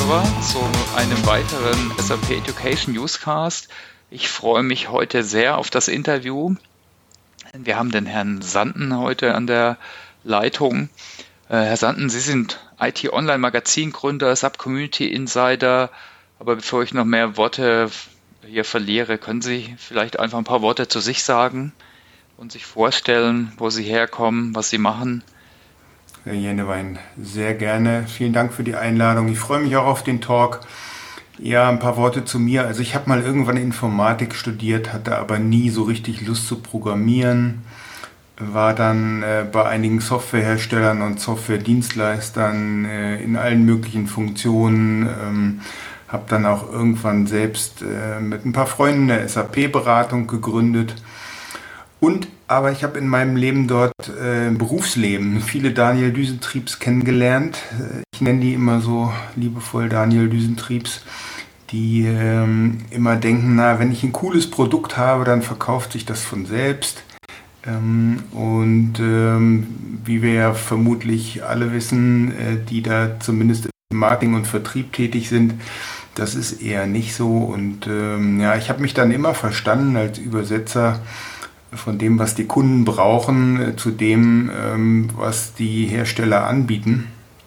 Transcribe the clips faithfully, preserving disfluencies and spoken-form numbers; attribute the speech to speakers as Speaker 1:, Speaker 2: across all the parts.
Speaker 1: Hörer zu einem weiteren S A P Education Newscast. Ich freue mich heute sehr auf das Interview. Wir haben den Herrn Sanden heute an der Leitung. Äh, Herr Sanden, Sie sind I T-Online-Magazin-Gründer, S A P Community Insider. Aber bevor ich noch mehr Worte hier verliere, können Sie vielleicht einfach ein paar Worte zu sich sagen und sich vorstellen, wo Sie herkommen, was Sie machen?
Speaker 2: Herr Jennewein, sehr gerne. Vielen Dank für die Einladung. Ich freue mich auch auf den Talk. Ja, ein paar Worte zu mir. Also ich habe mal irgendwann Informatik studiert, hatte aber nie so richtig Lust zu programmieren. War dann äh, bei einigen Softwareherstellern und Softwaredienstleistern äh, in allen möglichen Funktionen. Ähm, habe dann auch irgendwann selbst äh, mit ein paar Freunden eine S A P-Beratung gegründet. Und aber ich habe in meinem Leben dort äh, Berufsleben viele Daniel Düsentriebs kennengelernt. Ich nenne die immer so liebevoll Daniel Düsentriebs, die ähm, immer denken, na, wenn ich ein cooles Produkt habe, dann verkauft sich das von selbst. Ähm, und ähm, wie wir ja vermutlich alle wissen, äh, die da zumindest im Marketing und Vertrieb tätig sind, das ist eher nicht so. Und ähm, ja, ich habe mich dann immer verstanden als Übersetzer von dem, was die Kunden brauchen, zu dem, was die Hersteller anbieten.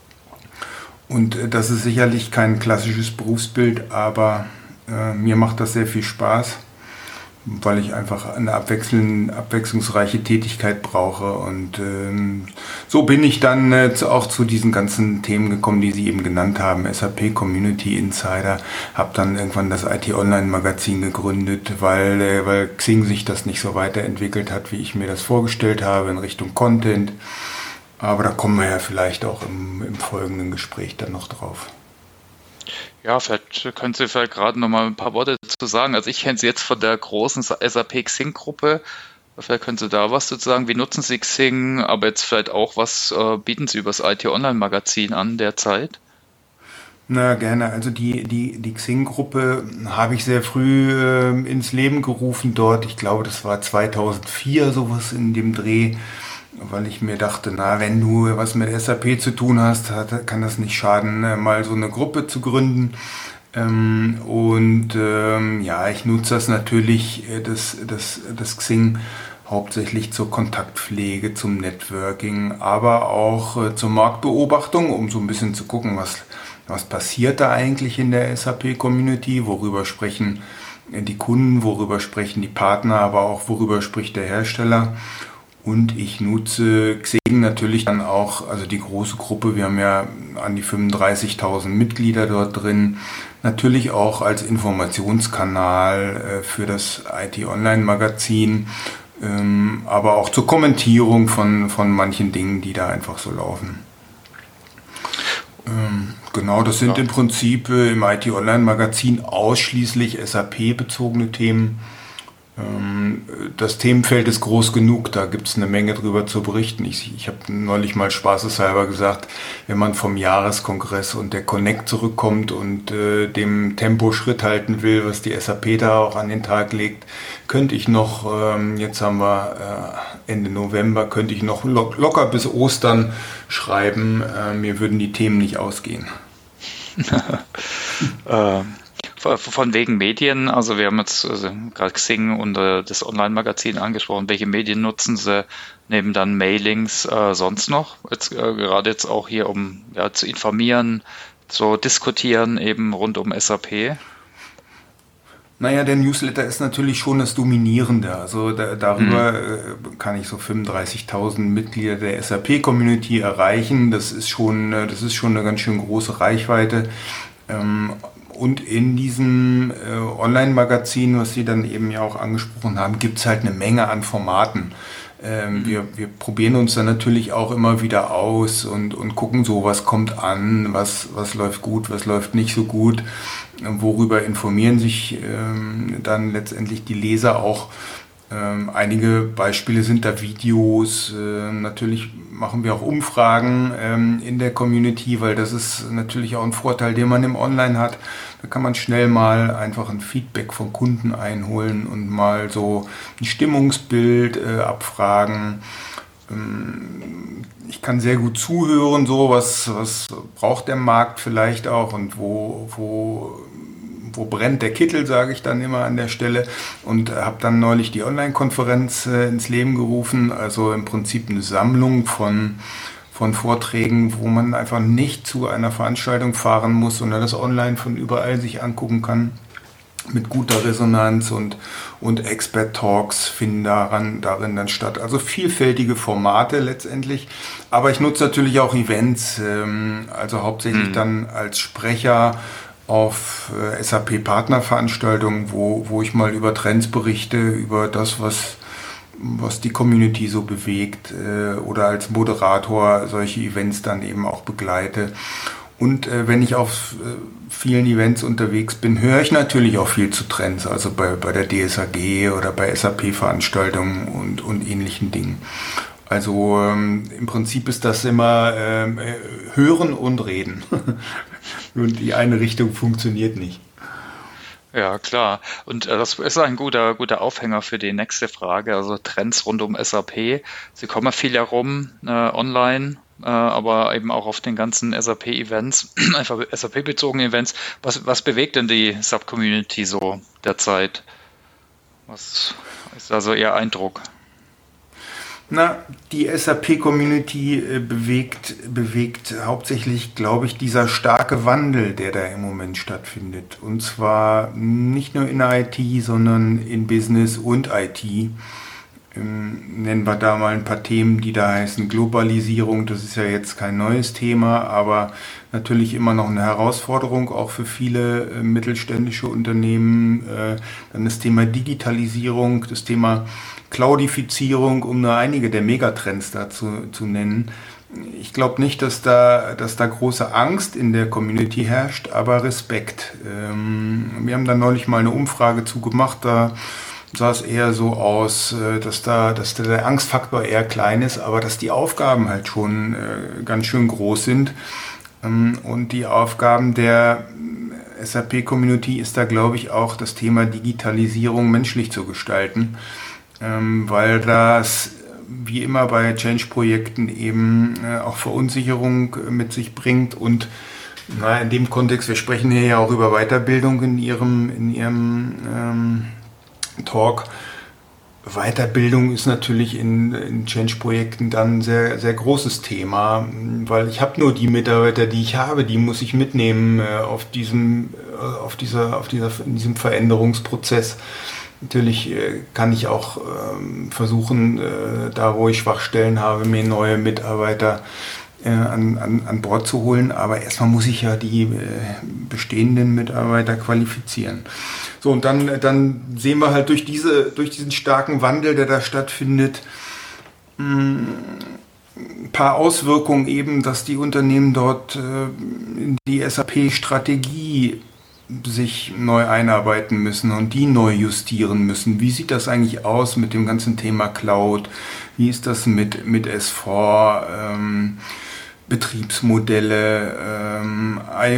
Speaker 2: Und das ist sicherlich kein klassisches Berufsbild, aber äh, mir macht das sehr viel Spaß, weil ich einfach eine abwechslungsreiche Tätigkeit brauche. Und ähm, so bin ich dann äh, zu, auch zu diesen ganzen Themen gekommen, die Sie eben genannt haben. S A P Community Insider, habe dann irgendwann das I T-Online-Magazin gegründet, weil, äh, weil Xing sich das nicht so weiterentwickelt hat, wie ich mir das vorgestellt habe in Richtung Content. Aber da kommen wir ja vielleicht auch im, im folgenden Gespräch dann noch drauf.
Speaker 1: Ja, vielleicht können Sie vielleicht gerade noch mal ein paar Worte dazu sagen. Also ich kenne Sie jetzt von der großen S A P Xing-Gruppe. Vielleicht können Sie da was dazu sagen. Wie nutzen Sie Xing? Aber jetzt vielleicht auch, was äh, bieten Sie über das I T-Online-Magazin an derzeit?
Speaker 2: Na, gerne. Also die, die, die Xing-Gruppe habe ich sehr früh äh, ins Leben gerufen dort. Ich glaube, das war zweitausendvier, sowas in dem Dreh. Weil ich mir dachte, na, wenn du was mit S A P zu tun hast, hat, kann das nicht schaden, mal so eine Gruppe zu gründen. Ähm, und ähm, ja, ich nutze das natürlich, das, das, das Xing, hauptsächlich zur Kontaktpflege, zum Networking, aber auch äh, zur Marktbeobachtung, um so ein bisschen zu gucken, was, was passiert da eigentlich in der S A P-Community, worüber sprechen die Kunden, worüber sprechen die Partner, aber auch worüber spricht der Hersteller. Und ich nutze Xing natürlich dann auch, also die große Gruppe, wir haben ja an die fünfunddreißigtausend Mitglieder dort drin, natürlich auch als Informationskanal äh, für das I T-Online-Magazin, ähm, aber auch zur Kommentierung von, von manchen Dingen, die da einfach so laufen. Ähm, genau, das sind im Prinzip äh, im I T-Online-Magazin ausschließlich S A P-bezogene Themen. Das Themenfeld ist groß genug, da gibt es eine Menge drüber zu berichten. Ich, ich habe neulich mal spaßeshalber gesagt, wenn man vom Jahreskongress und der Connect zurückkommt und äh, dem Tempo Schritt halten will, was die S A P da auch an den Tag legt, könnte ich noch, ähm, jetzt haben wir äh, Ende November, könnte ich noch lo- locker bis Ostern schreiben. Äh, mir würden die Themen nicht ausgehen.
Speaker 1: ähm. Von wegen Medien, also wir haben jetzt also gerade Xing und äh, das Online-Magazin angesprochen. Welche Medien nutzen Sie neben dann Mailings äh, sonst noch? Jetzt, äh, gerade jetzt auch hier, um ja, zu informieren, zu diskutieren eben rund um S A P.
Speaker 2: Naja, der Newsletter ist natürlich schon das Dominierende. Also da, darüber mhm. äh, kann ich so fünfunddreißigtausend Mitglieder der S A P-Community erreichen. Das ist schon, das ist schon eine ganz schön große Reichweite. Ähm, Und in diesem äh, Online-Magazin, was Sie dann eben ja auch angesprochen haben, gibt es halt eine Menge an Formaten. Ähm, mhm. wir, wir probieren uns dann natürlich auch immer wieder aus und, und gucken so, was kommt an, was, was läuft gut, was läuft nicht so gut, worüber informieren sich ähm, dann letztendlich die Leser auch. Ähm, einige Beispiele sind da Videos, äh, natürlich machen wir auch Umfragen ähm, in der Community, weil das ist natürlich auch ein Vorteil, den man im Online hat. Da kann man schnell mal einfach ein Feedback von Kunden einholen und mal so ein Stimmungsbild äh, abfragen. Ich kann sehr gut zuhören, so was, was braucht der Markt vielleicht auch und wo, wo, wo brennt der Kittel, sage ich dann immer an der Stelle. Und habe dann neulich die Online-Konferenz äh, ins Leben gerufen, also im Prinzip eine Sammlung von, von Vorträgen, wo man einfach nicht zu einer Veranstaltung fahren muss, sondern das online von überall sich angucken kann. Mit guter Resonanz und, und Expert-Talks finden daran, darin dann statt. Also vielfältige Formate letztendlich. Aber ich nutze natürlich auch Events, ähm, also hauptsächlich mhm. dann als Sprecher auf äh, S A P-Partnerveranstaltungen, wo, wo ich mal über Trends berichte, über das, was, was die Community so bewegt, äh, oder als Moderator solche Events dann eben auch begleite. Und äh, wenn ich auf äh, vielen Events unterwegs bin, höre ich natürlich auch viel zu Trends, also bei, bei der D S A G oder bei S A P-Veranstaltungen und, und ähnlichen Dingen. Also ähm, im Prinzip ist das immer ähm, Hören und Reden. Und die eine Richtung funktioniert nicht.
Speaker 1: Ja, klar. Und äh, das ist ein guter, guter Aufhänger für die nächste Frage. Also Trends rund um S A P. Sie kommen ja viel herum, äh, online, äh, aber eben auch auf den ganzen S A P-Events, einfach S A P-bezogene Events. Was, was bewegt denn die Sub-Community so derzeit? Was ist also Ihr Eindruck?
Speaker 2: Na, die S A P-Community äh, bewegt, bewegt hauptsächlich, glaube ich, dieser starke Wandel, der da im Moment stattfindet. Und zwar nicht nur in der I T, sondern in Business und I T. Ähm, nennen wir da mal ein paar Themen, die da heißen Globalisierung. Das ist ja jetzt kein neues Thema, aber natürlich immer noch eine Herausforderung, auch für viele äh, mittelständische Unternehmen. Äh, dann das Thema Digitalisierung, das Thema Cloudifizierung, um nur einige der Megatrends dazu zu nennen. Ich glaube nicht, dass da, dass da große Angst in der Community herrscht, aber Respekt. Ähm, wir haben da neulich mal eine Umfrage zugemacht, da sah es eher so aus, dass da, dass da der Angstfaktor eher klein ist, aber dass die Aufgaben halt schon äh, ganz schön groß sind. Ähm, und die Aufgaben der S A P-Community ist da, glaube ich, auch das Thema Digitalisierung menschlich zu gestalten. Weil das, wie immer bei Change-Projekten, eben auch Verunsicherung mit sich bringt. Und na, in dem Kontext, wir sprechen hier ja auch über Weiterbildung in Ihrem, in Ihrem ähm, Talk. Weiterbildung ist natürlich in, in Change-Projekten dann ein sehr, sehr großes Thema, weil ich habe nur die Mitarbeiter, die ich habe, die muss ich mitnehmen äh, auf diesem, äh, auf dieser, auf dieser, in diesem Veränderungsprozess. Natürlich äh, kann ich auch ähm, versuchen, äh, da wo ich Schwachstellen habe, mir neue Mitarbeiter äh, an, an, an Bord zu holen. Aber erstmal muss ich ja die äh, bestehenden Mitarbeiter qualifizieren. So, und dann, dann sehen wir halt durch, diese, durch diesen starken Wandel, der da stattfindet, mh, ein paar Auswirkungen eben, dass die Unternehmen dort äh, in die S A P-Strategie sich neu einarbeiten müssen und die neu justieren müssen. Wie sieht das eigentlich aus mit dem ganzen Thema Cloud? Wie ist das mit, mit S vier, ähm, Betriebsmodelle, ähm,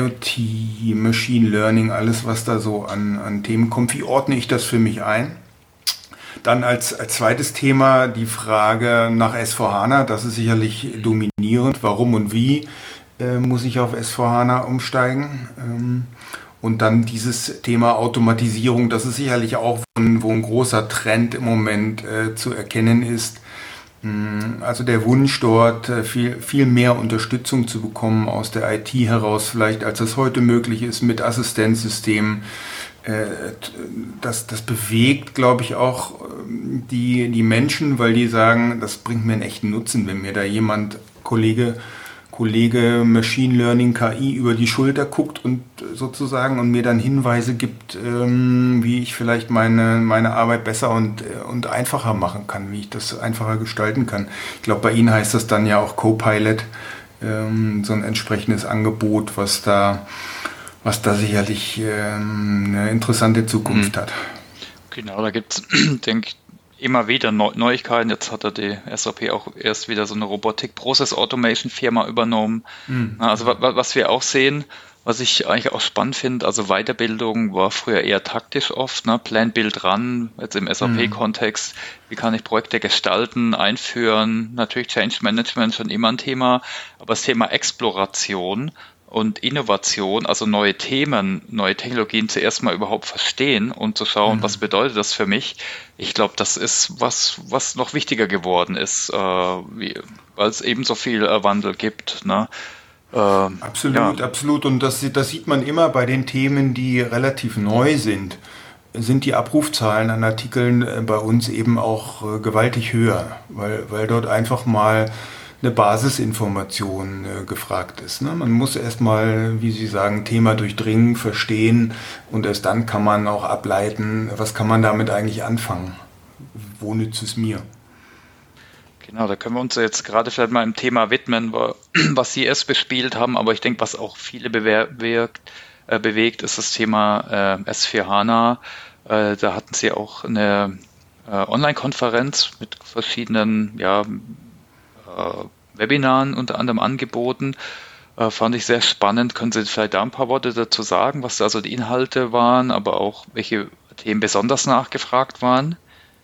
Speaker 2: IoT, Machine Learning, alles was da so an, an Themen kommt? Wie ordne ich das für mich ein? Dann als, als zweites Thema die Frage nach S vier HANA. Das ist sicherlich dominierend. Warum und wie äh, muss ich auf S vier HANA umsteigen? Ähm, Und dann dieses Thema Automatisierung, das ist sicherlich auch, wo ein großer Trend im Moment äh, zu erkennen ist. Also der Wunsch dort, äh, viel, viel mehr Unterstützung zu bekommen aus der I T heraus, vielleicht als das heute möglich ist mit Assistenzsystemen. Äh, das, das bewegt, glaube ich, auch die, die Menschen, weil die sagen, das bringt mir einen echten Nutzen, wenn mir da jemand, Kollege, Kollege Machine Learning, K I über die Schulter guckt und sozusagen und mir dann Hinweise gibt, ähm, wie ich vielleicht meine, meine Arbeit besser und, und einfacher machen kann, wie ich das einfacher gestalten kann. Ich glaube, bei Ihnen heißt das dann ja auch Copilot, ähm, so ein entsprechendes Angebot, was da, was da sicherlich ähm, eine interessante Zukunft mhm. hat.
Speaker 1: Genau, da gibt es, denke ich, immer wieder Neuigkeiten. Jetzt hat er die S A P auch erst wieder so eine Robotik Process Automation Firma übernommen. Mhm. Also was wir auch sehen, Was ich eigentlich auch spannend finde, also Weiterbildung war früher eher taktisch oft, ne? Plan, Build, Run, jetzt im S A
Speaker 2: Mhm.
Speaker 1: P-Kontext, wie kann ich Projekte gestalten, einführen, natürlich Change Management schon immer ein Thema, aber das Thema Exploration und Innovation, also neue Themen, neue Technologien zuerst mal überhaupt verstehen und zu schauen, was
Speaker 2: Mhm.
Speaker 1: bedeutet das für mich. Ich glaube, das ist was, was noch wichtiger geworden ist, äh, wie, weil es eben so viel äh, Wandel gibt, ne? Äh, ja,
Speaker 2: Absolut, absolut. Und das, das sieht man immer bei den Themen, die relativ neu sind, sind die Abrufzahlen an Artikeln äh, bei uns eben auch äh, gewaltig höher, weil, weil dort einfach mal eine Basisinformation äh, gefragt ist. Ne? Man muss erstmal, wie Sie sagen, Thema durchdringen, verstehen und erst dann kann man auch ableiten, was kann man damit eigentlich anfangen? Wo nützt es mir?
Speaker 1: genau, da können wir uns jetzt gerade vielleicht mal im Thema widmen, wa- was Sie erst bespielt haben, aber ich denke, was auch viele bewer- bewirkt, äh, bewegt, ist das Thema äh, S vier HANA. Äh, da hatten Sie auch eine äh, Online-Konferenz mit verschiedenen ja, äh, Webinaren unter anderem angeboten. Äh, fand ich sehr spannend. Können Sie vielleicht da ein paar Worte dazu sagen, was da so die Inhalte waren, aber auch welche Themen besonders nachgefragt waren?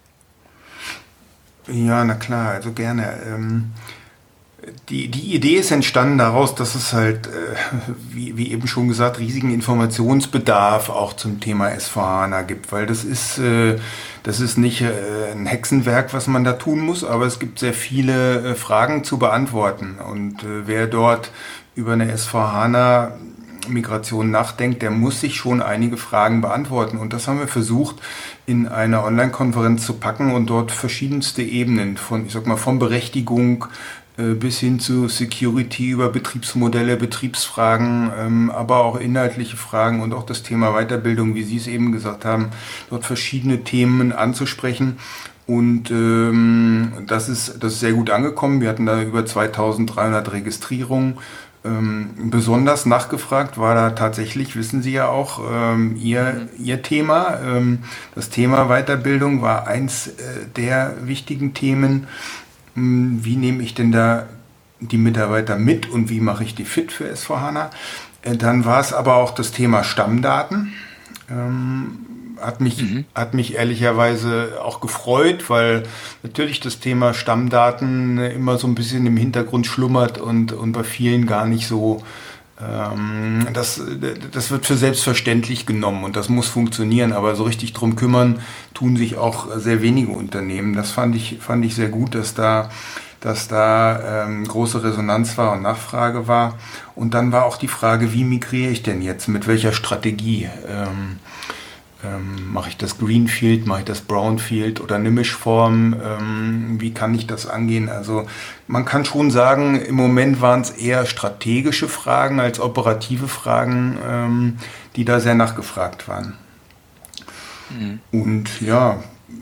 Speaker 2: Ja, na klar, also gerne. Ähm, Die, die Idee ist entstanden daraus, dass es halt, äh, wie, wie eben schon gesagt, riesigen Informationsbedarf auch zum Thema S vier HANA gibt, weil das ist, äh, das ist nicht äh, ein Hexenwerk, was man da tun muss, aber es gibt sehr viele äh, Fragen zu beantworten. Und äh, wer dort über eine S vier HANA Migration nachdenkt, der muss sich schon einige Fragen beantworten. Und das haben wir versucht, in einer Online-Konferenz zu packen und dort verschiedenste Ebenen von, ich sag mal, von Berechtigung äh, bis hin zu Security über Betriebsmodelle, Betriebsfragen, ähm, aber auch inhaltliche Fragen und auch das Thema Weiterbildung, wie Sie es eben gesagt haben, dort verschiedene Themen anzusprechen. Und ähm, das ist, das ist sehr gut angekommen. Wir hatten da über zweitausenddreihundert Registrierungen. Ähm, besonders nachgefragt war da tatsächlich, wissen Sie ja auch, ähm, Ihr,
Speaker 1: Mhm.
Speaker 2: Ihr Thema. Ähm, das Thema Weiterbildung war eins äh, der wichtigen Themen. Hm, Wie nehme ich denn da die Mitarbeiter mit und wie mache ich die fit für S vier HANA? Äh, dann war es aber auch das Thema Stammdaten. Ähm, hat mich,
Speaker 1: Mhm.
Speaker 2: hat mich ehrlicherweise auch gefreut, weil natürlich das Thema Stammdaten immer so ein bisschen im Hintergrund schlummert und, und bei vielen gar nicht so, ähm, das, das wird für selbstverständlich genommen und das muss funktionieren, aber so richtig drum kümmern tun sich auch sehr wenige Unternehmen. Das fand ich, fand ich sehr gut, dass da dass da ähm, große Resonanz war und Nachfrage war. Und dann war auch die Frage, wie migriere ich denn jetzt, mit welcher Strategie? Ähm, ähm, mache ich das Greenfield, mache ich das Brownfield oder eine Mischform? Ähm, wie kann ich das angehen? Also man kann schon sagen, im Moment waren es eher strategische Fragen als operative Fragen, ähm, die da sehr nachgefragt waren.
Speaker 1: Mhm.
Speaker 2: Und ja,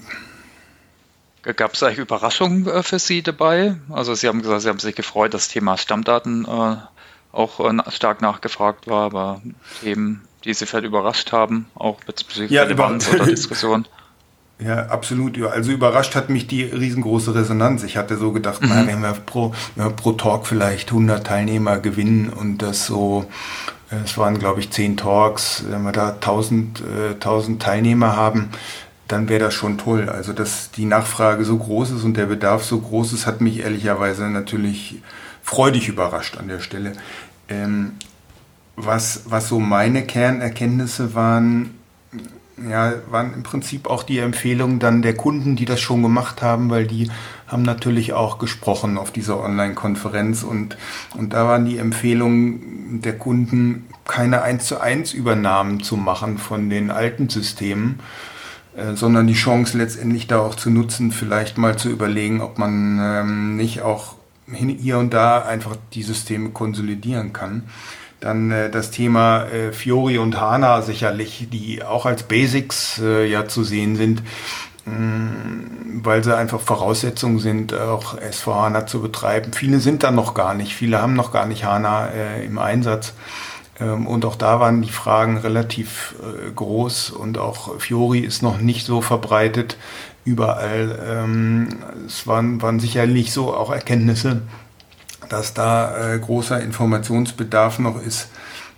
Speaker 1: Gab es eigentlich Überraschungen äh, für Sie dabei? Also Sie haben gesagt, Sie haben sich gefreut, dass das Thema Stammdaten äh, auch äh, na- stark nachgefragt war, aber Themen, die Sie vielleicht überrascht haben, auch bezüglich
Speaker 2: ja, über,
Speaker 1: Relevanz oder Diskussion.
Speaker 2: Ja, absolut. Ja, also überrascht hat mich die riesengroße Resonanz. Ich hatte so gedacht, na,
Speaker 1: Mhm.
Speaker 2: wenn wir pro, wenn wir pro Talk vielleicht hundert Teilnehmer gewinnen und das so, äh, es waren glaube ich zehn Talks, wenn wir da tausend, äh, tausend Teilnehmer haben, dann wäre das schon toll. Also dass die Nachfrage so groß ist und der Bedarf so groß ist, hat mich ehrlicherweise natürlich freudig überrascht an der Stelle. Ähm, was, was so meine Kernerkenntnisse waren, ja, waren im Prinzip auch die Empfehlungen dann der Kunden, die das schon gemacht haben, weil die haben natürlich auch gesprochen auf dieser Online-Konferenz und, und da waren die Empfehlungen der Kunden, keine eins zu eins Übernahmen zu machen von den alten Systemen, äh, sondern die Chance letztendlich da auch zu nutzen, vielleicht mal zu überlegen, ob man ähm, nicht auch hin, hier und da einfach die Systeme konsolidieren kann. Dann äh, das Thema äh, Fiori und HANA sicherlich, die auch als Basics äh, ja zu sehen sind, mh, weil sie einfach Voraussetzungen sind, auch S vier HANA zu betreiben. Viele sind da noch gar nicht, viele haben noch gar nicht HANA äh, im Einsatz. Ähm, und auch da waren die Fragen relativ äh, groß und auch Fiori ist noch nicht so verbreitet überall. Ähm, es waren, waren sicherlich so auch Erkenntnisse, dass da äh, großer Informationsbedarf noch ist.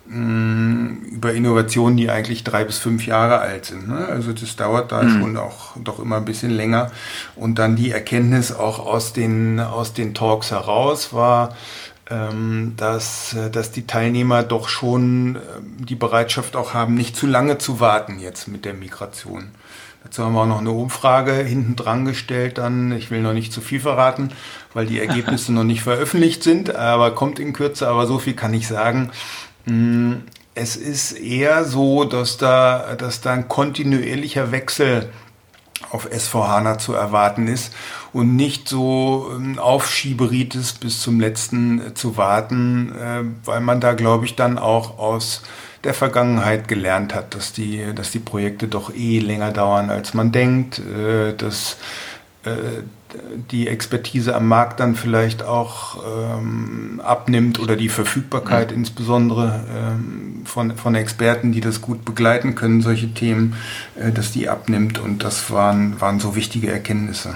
Speaker 2: über Innovationen, die eigentlich drei bis fünf Jahre alt sind. Ne? Also das dauert da mhm. schon auch doch immer ein bisschen länger. Und dann die Erkenntnis auch aus den, aus den Talks heraus war, ähm, dass, dass die Teilnehmer doch schon die Bereitschaft auch haben, nicht zu lange zu warten jetzt mit der Migration. Dazu haben wir auch noch eine Umfrage hinten dran gestellt dann. Ich will noch nicht zu viel verraten, weil die Ergebnisse noch nicht veröffentlicht sind, aber kommt in Kürze. Aber so viel kann ich sagen. Es ist eher so, dass da, dass da ein kontinuierlicher Wechsel auf S vier HANA zu erwarten ist und nicht so ein Aufschieberitis bis zum letzten zu warten, weil man da, glaube ich, dann auch aus der Vergangenheit gelernt hat, dass die, dass die Projekte doch eh länger dauern, als man denkt, dass die Expertise am Markt dann vielleicht auch ähm, abnimmt oder die Verfügbarkeit mhm. insbesondere ähm, von, von Experten, die das gut begleiten können, solche Themen, äh, dass die abnimmt, und das waren, waren so wichtige Erkenntnisse.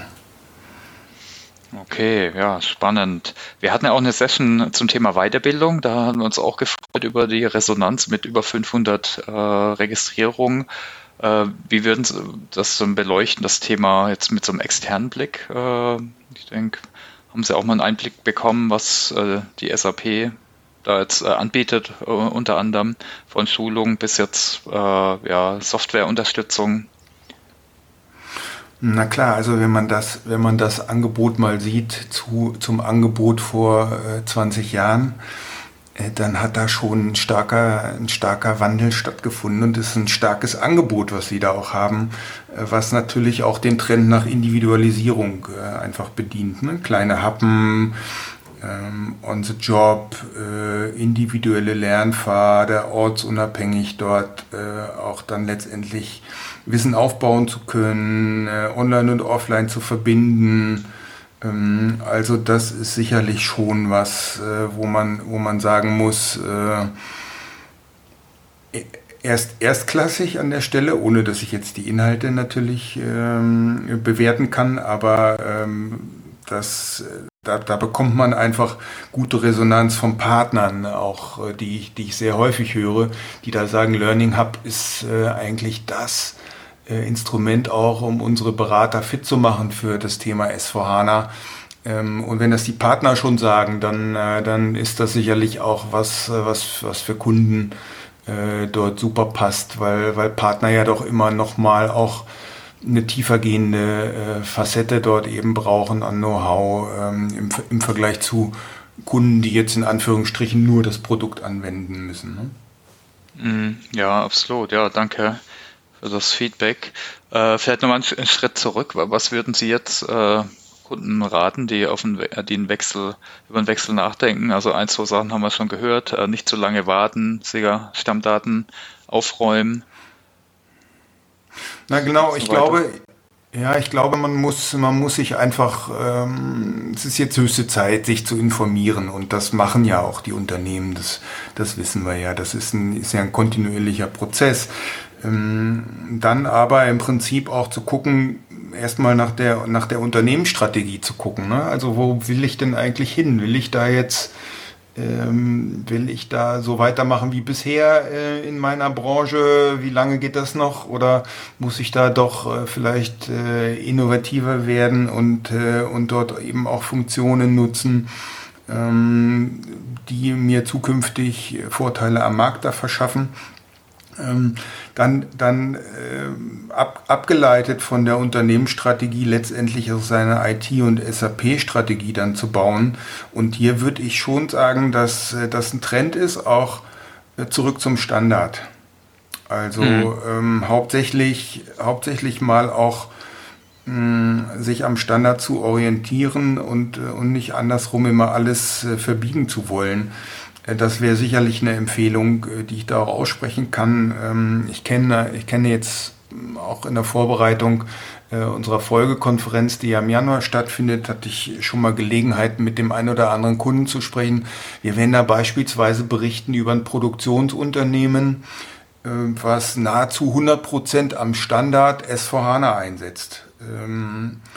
Speaker 1: Okay, ja, spannend. Wir hatten ja auch eine Session zum Thema Weiterbildung, da haben wir uns auch gefreut über die Resonanz mit über fünfhundert äh, Registrierungen. Wie würden Sie das beleuchten, das Thema jetzt mit so einem externen Blick? Ich denke, haben Sie auch mal einen Einblick bekommen, was die S A P da jetzt anbietet, unter anderem von Schulung bis jetzt ja, Softwareunterstützung?
Speaker 2: Na klar, also wenn man das, wenn man das Angebot mal sieht zu, zum Angebot vor zwanzig Jahren, dann hat da schon ein starker, ein starker Wandel stattgefunden, und es ist ein starkes Angebot, was sie da auch haben, was natürlich auch den Trend nach Individualisierung einfach bedient. Ne? Kleine Happen, ähm, on the job, äh, individuelle Lernpfade, ortsunabhängig dort äh, auch dann letztendlich Wissen aufbauen zu können, äh, online und offline zu verbinden. Also das ist sicherlich schon was, wo man, wo man sagen muss, erst erstklassig an der Stelle, ohne dass ich jetzt die Inhalte natürlich ähm, bewerten kann, aber ähm, das, da, da bekommt man einfach gute Resonanz von Partnern, auch die ich, die ich sehr häufig höre, die da sagen, Learning Hub ist äh, eigentlich das Instrument auch, um unsere Berater fit zu machen für das Thema S vier HANA. Und wenn das die Partner schon sagen, dann, dann ist das sicherlich auch was, was, was für Kunden dort super passt, weil, weil Partner ja doch immer nochmal auch eine tiefergehende Facette dort eben brauchen an Know-how im, im Vergleich zu Kunden, die jetzt in Anführungsstrichen nur das Produkt anwenden müssen.
Speaker 1: Ne? Ja, absolut. Ja, danke für das Feedback. Äh, vielleicht nochmal einen Schritt zurück. Was würden Sie jetzt äh, Kunden raten, die auf einen, die einen Wechsel, über einen Wechsel nachdenken? Also ein, zwei Sachen haben wir schon gehört. Äh, nicht zu lange warten, sicher Stammdaten aufräumen.
Speaker 2: Na genau, so ich weiter. glaube, ja, ich glaube, man muss, man muss sich einfach, ähm, es ist jetzt höchste Zeit, sich zu informieren, und das machen ja auch die Unternehmen, das, das wissen wir ja. Das ist, ein, ist ja ein kontinuierlicher Prozess. Dann aber im Prinzip auch zu gucken, erstmal nach der, nach der Unternehmensstrategie zu gucken. Ne? Also wo will ich denn eigentlich hin? Will ich da jetzt, ähm, will ich da so weitermachen wie bisher äh, in meiner Branche? Wie lange geht das noch? Oder muss ich da doch äh, vielleicht äh, innovativer werden und, äh, und dort eben auch Funktionen nutzen, ähm, die mir zukünftig Vorteile am Markt da verschaffen? Ähm, dann dann äh, ab, abgeleitet von der Unternehmensstrategie letztendlich auch seine I T- und S A P-Strategie dann zu bauen. Und hier würde ich schon sagen, dass äh, das ein Trend ist, auch äh, zurück zum Standard. Also mhm. ähm, hauptsächlich, hauptsächlich mal auch mh, sich am Standard zu orientieren und, äh, und nicht andersrum immer alles äh, verbiegen zu wollen. Das wäre sicherlich eine Empfehlung, die ich da auch aussprechen kann. Ich kenne, ich kenne jetzt auch in der Vorbereitung unserer Folgekonferenz, die ja im Januar stattfindet, hatte ich schon mal Gelegenheit, mit dem einen oder anderen Kunden zu sprechen. Wir werden da beispielsweise berichten über ein Produktionsunternehmen, was nahezu hundert Prozent am Standard S vier HANA einsetzt.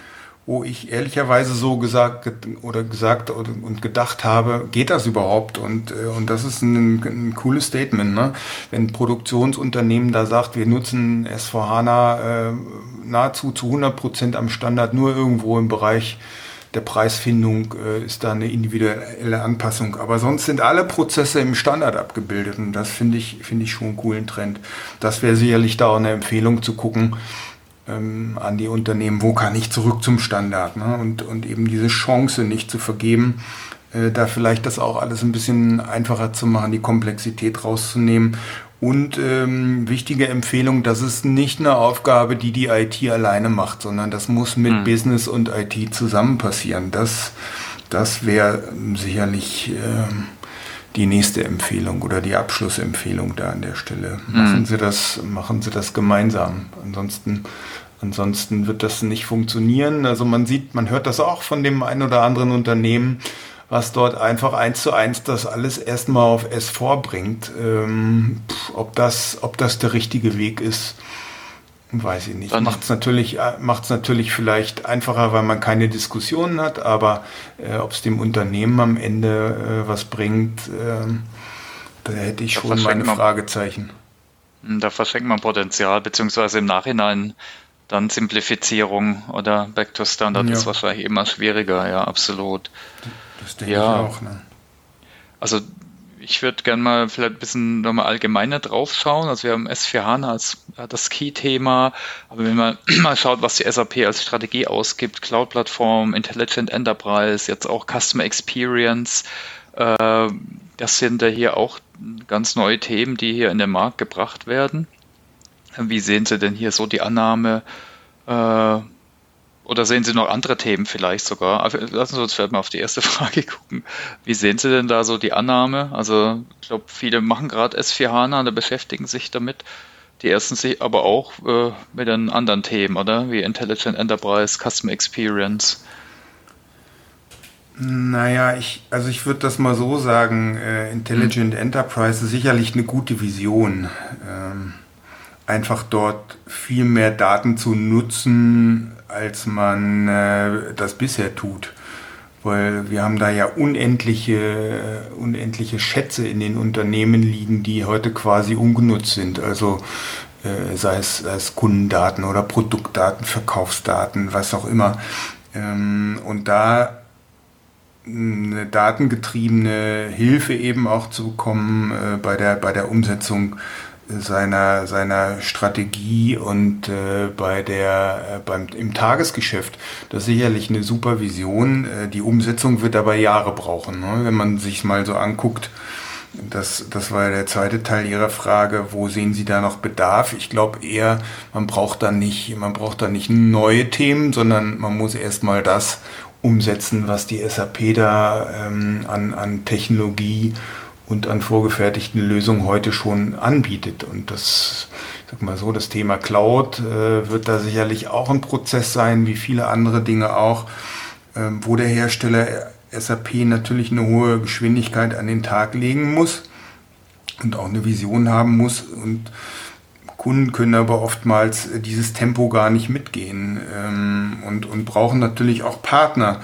Speaker 2: wo ich ehrlicherweise so gesagt oder gesagt und gedacht habe, geht das überhaupt? Und, und das ist ein, ein cooles Statement, ne? Wenn ein Produktionsunternehmen da sagt, wir nutzen S vier HANA äh, nahezu zu hundert Prozent am Standard, nur irgendwo im Bereich der Preisfindung äh, ist da eine individuelle Anpassung. Aber sonst sind alle Prozesse im Standard abgebildet und das finde ich, finde ich schon einen coolen Trend. Das wäre sicherlich da auch eine Empfehlung zu gucken, an die Unternehmen, wo kann ich zurück zum Standard, ne? und, und eben diese Chance nicht zu vergeben, äh, da vielleicht das auch alles ein bisschen einfacher zu machen, die Komplexität rauszunehmen. Und ähm, wichtige Empfehlung, das ist nicht eine Aufgabe, die die I T alleine macht, sondern das muss mit mhm. Business und I T zusammen passieren. Das, das wäre sicherlich ähm, die nächste Empfehlung oder die Abschlussempfehlung da an der Stelle. Mhm. Machen Sie das, machen Sie das gemeinsam. Ansonsten, ansonsten wird das nicht funktionieren. Also man sieht, man hört das auch von dem einen oder anderen Unternehmen, was dort einfach eins zu eins das alles erstmal auf S vier bringt. Ähm, pff, ob das, ob das der richtige Weg ist, weiß ich nicht. Macht es natürlich, macht's natürlich vielleicht einfacher, weil man keine Diskussionen hat, aber äh, ob es dem Unternehmen am Ende äh, was bringt, äh, da hätte ich da schon meine man, Fragezeichen.
Speaker 1: Da verschenkt man Potenzial, beziehungsweise im Nachhinein dann Simplifizierung oder Back to Standard ja. ist wahrscheinlich immer schwieriger, ja, absolut.
Speaker 2: Das denke
Speaker 1: ja.
Speaker 2: ich auch, ne?
Speaker 1: Also ich würde gerne mal vielleicht ein bisschen nochmal allgemeiner drauf schauen. Also wir haben S vier HANA als das Key-Thema, aber wenn man mal schaut, was die S A P als Strategie ausgibt, Cloud-Plattform, Intelligent Enterprise, jetzt auch Customer Experience, äh, das sind ja hier auch ganz neue Themen, die hier in den Markt gebracht werden. Wie sehen Sie denn hier so die Annahme, äh, oder sehen Sie noch andere Themen vielleicht sogar? Lassen Sie uns vielleicht mal auf die erste Frage gucken. Wie sehen Sie denn da so die Annahme? Also ich glaube, viele machen gerade S vier HANA, da beschäftigen sich damit. Die ersten sich aber auch äh, mit den anderen Themen, oder? Wie Intelligent Enterprise, Customer Experience.
Speaker 2: Naja, ich, also ich würde das mal so sagen, äh, Intelligent hm. Enterprise ist sicherlich eine gute Vision. Ähm, einfach dort viel mehr Daten zu nutzen, als man äh, das bisher tut. Weil wir haben da ja unendliche, äh, unendliche Schätze in den Unternehmen liegen, die heute quasi ungenutzt sind. Also äh, sei es, sei es Kundendaten oder Produktdaten, Verkaufsdaten, was auch immer. Ähm, und da eine datengetriebene Hilfe eben auch zu bekommen äh, bei der, bei der Umsetzung seiner seiner Strategie und äh, bei der äh, beim im Tagesgeschäft, das ist sicherlich eine super Vision. Äh, die Umsetzung wird aber Jahre brauchen, ne? Wenn man sich mal so anguckt, das das war ja der zweite Teil Ihrer Frage, wo sehen Sie da noch Bedarf? Ich glaube eher, man braucht da nicht man braucht da nicht neue Themen, sondern man muss erstmal das umsetzen, was die S A P da ähm, an an Technologie und an vorgefertigten Lösungen heute schon anbietet. Und das, ich sag mal so, das Thema Cloud äh, wird da sicherlich auch ein Prozess sein, wie viele andere Dinge auch, ähm, wo der Hersteller S A P natürlich eine hohe Geschwindigkeit an den Tag legen muss und auch eine Vision haben muss. Und Kunden können aber oftmals dieses Tempo gar nicht mitgehen ähm, und, und brauchen natürlich auch Partner,